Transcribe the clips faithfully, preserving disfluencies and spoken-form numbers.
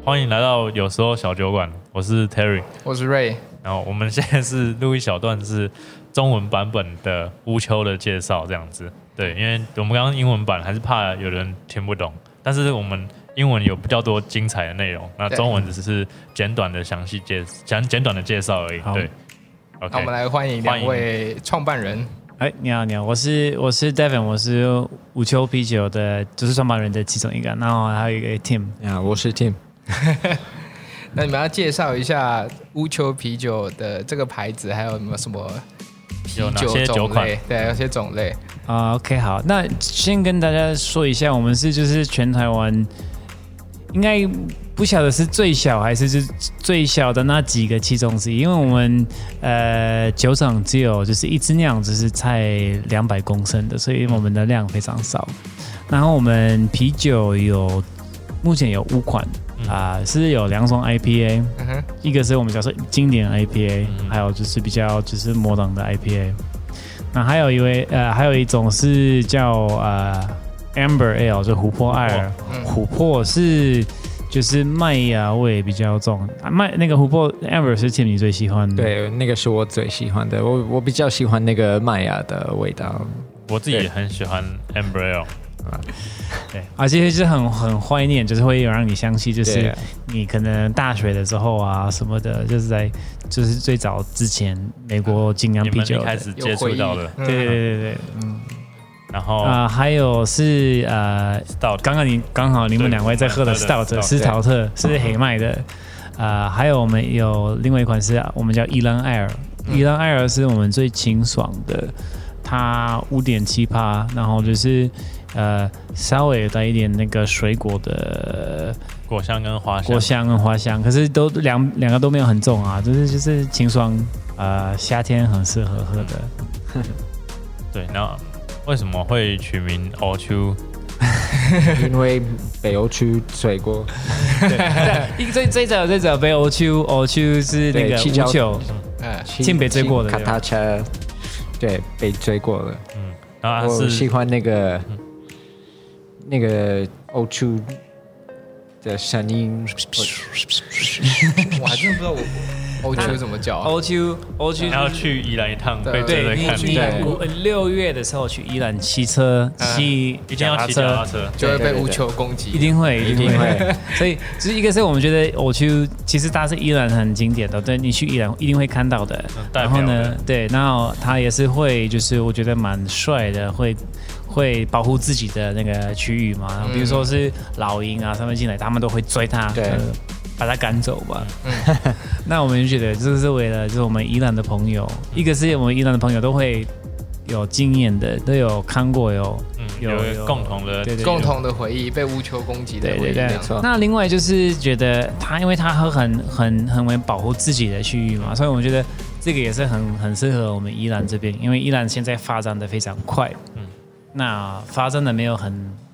欢迎来到有时候小酒馆，我是 Terry， 我是 Ray。 然后我们现在是录一小段是中文版本的乌丘的介绍，这样子。对，因为我们刚刚英文版还是怕有人听不懂，但是我们英文有比较多精彩的内容，那中文只是简短的详细介简简短的介绍而已。对 ，OK， 那我们来欢迎两位创办人。 哎，你好，你好，我是我是 Devin， 我是乌丘啤酒的，就是创办人的其中一个，然后还有一个 Tim， 你好，我是 Tim。 那你们要介绍一下乌丘啤酒的这个牌子，还有没有什么啤酒种类？对，有些种类啊。Uh, OK， 好，那先跟大家说一下，我们是就是全台湾应该不晓得是最小还是是最小的那几个其中之一，因为我们呃酒厂只有就是一支酿只是才两百公升的，所以我们的量非常少。然后我们啤酒有目前有五款。啊、呃，是有两种 I P A，、嗯、一个是我们叫做经典 I P A，、嗯、还有就是比较就是摩登的 I P A。那还有一位呃，还有一种是叫呃 Amber Ale， 就琥珀艾尔。嗯、琥珀是就是麦芽味比较重，麦那个琥珀 Amber 是 Tim 你最喜欢的？ 对，那个是我最喜欢的，我我比较喜欢那个麦芽的味道。 我自己也很喜欢 Amber Ale。 对，而且是很很怀念，就是会有让你想起，就是你可能大学的时候啊什么的，就是在就是最早之前美国精酿啤酒开始接触到的， 对对对对，嗯。 然后啊、呃，还有是呃，刚刚你刚好你们两位在喝的 Stout 斯陶特是黑麦的，啊、呃，还有我们有另外一款是我们叫伊兰艾尔，嗯、伊兰艾尔是我们最清爽的，它 五点七趴，然后就是。呃，稍微有带一点那个水果的果香跟花香， 果香跟花香，可是都两两个都没有很重啊，就是就是清爽，呃，夏天很适合喝的。 对，那为什么会取名乌丘？ 因为北欧区水果。 对，最最早最早被乌丘，乌丘是那个乌丘，嗯，亲被追过的。 卡塔车，对，被追过了。 嗯，然后我喜欢那个。嗯那个欧丘的声音， 我还真的不知道我欧丘怎么叫、啊。 欧丘，欧丘， 要去宜兰一趟， 对对，你去六月的时候去宜兰骑车，骑一定要骑脚踏车， 就会被乌丘攻击， 一定会，一定会。所以，就是一个是我们觉得欧丘其实它是宜兰很经典的，对你去宜兰一定会看到的。然后呢，对，然后它也是会，就是我觉得蛮帅的，会。会保护自己的那个区域嘛，然后比如说是老鹰啊，他们进来，他们都会追他，对，呃、把他赶走嘛。嗯、那我们就觉得这是为了就是我们宜兰的朋友，一个是我们宜兰的朋友都会有经验的，都有看过有、 嗯、有, 有, 有共同的对对共同的回忆，被乌丘攻击的回忆， 对对对，没错。那另外就是觉得他，因为他很很很会保护自己的区域嘛，所以我们觉得这个也是很很适合我们宜兰这边，因为宜兰现在发展的非常快。嗯。那发展的没有很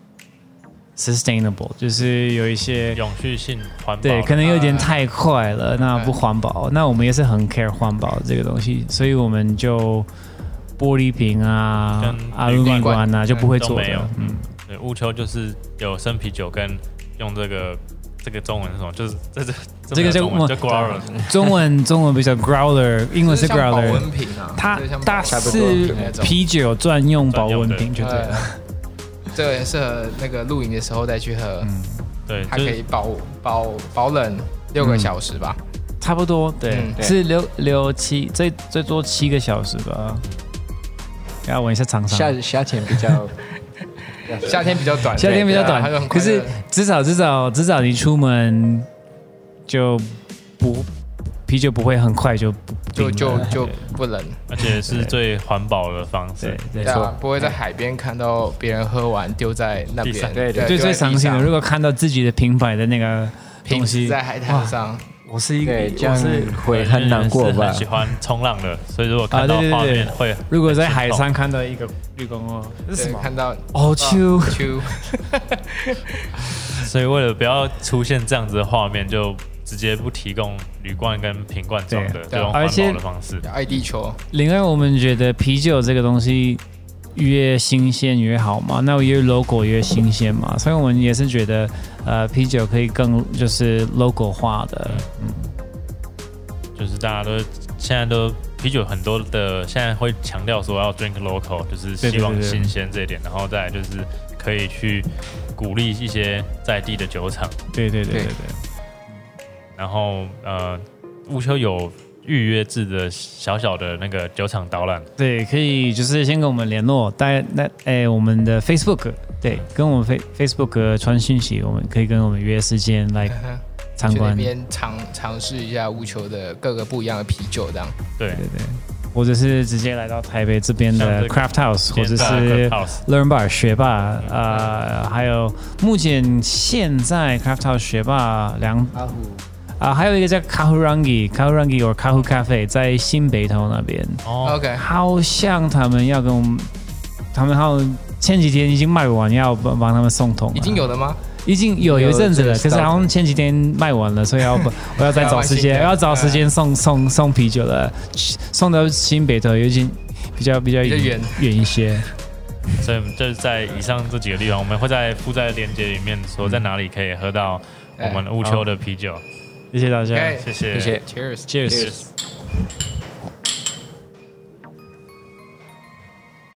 sustainable， 就是有一些永续性环保， 对，可能有点太快了，那不环保。那我们也是很 care 环保这个东西，所以我们就玻璃瓶啊、阿鲁米罐啊就不会做的。 嗯，对，乌丘就是有生啤酒跟用这个这个中文是什么？就是这这这个叫 growler， 中文中文比较 growler， 英文是 growler。保温瓶啊， 它它是啤酒专用保温瓶，就对了。 这个也适合那个露营的时候再去喝。嗯， 对， 它可以保保保冷六个小时吧， 嗯、差不多。对，嗯、是六六七最最多七个小时吧。要问一下厂商。 夏夏天比较。 夏天比较短， 夏天比较短，可是至少至少至少你出门就不啤酒不会很快就就就就不冷， 而且是最环保的方式， 对，没错，不会在海边看到别人喝完丢在那边， 对对，最最伤心的，如果看到自己的品牌的那个东西在海滩上。 我是一个， 这样会很难过吧？ 很喜欢冲浪的，所以如果看到画面会， 如果在海上看到一个绿公哦，这是什么？ 看到哦秋秋， 所以为了不要出现这样子的画面，就直接不提供铝罐跟瓶罐装的，就用环保的方式， 爱地球。 另外，我们觉得啤酒这个东西越新鲜越好嘛，那越 logo 越新鲜嘛，所以我们也是觉得。 呃啤酒可以更就是 local 化的，嗯， 就是大家都现在都啤酒很多的，现在会强调说要 drink local， 就是希望新鲜这一点，然后再来就是可以去鼓励一些在地的酒厂， 对对对对对， 然后呃，乌丘有预约制的小小的那个酒厂导览， 对，可以就是先跟我们联络，带那哎我们的 Facebook， 对，跟我们 Facebook 传讯息，我们可以跟我们约时间来参观， 去那边尝尝试一下乌丘的各个不一样的啤酒，这样。 对对对，或者是直接来到台北这边的 Craft House， 或者是 Learn Bar 学霸，呃，还有目前现在 Craft House 学霸两。啊，还有一个叫 Kahurangi Kahurangi 或 Kahu Cafe 在新北投那边。 哦 ，OK， 好像他们要跟我们，他们好像前几天已经卖完，要帮帮他们送桶。 已经有了吗？ 已经有有一阵子了，可是好像前几天卖完了，所以要我要再找时间，要找时间送送送啤酒了，送到新北投有点比较比较远远一些。 所以就是在以上这几个地方，我们会在附在链接里面说在哪里可以喝到我们乌丘的啤酒。 谢谢大家， 谢谢， 谢谢 ，Cheers，Cheers。 Cheers。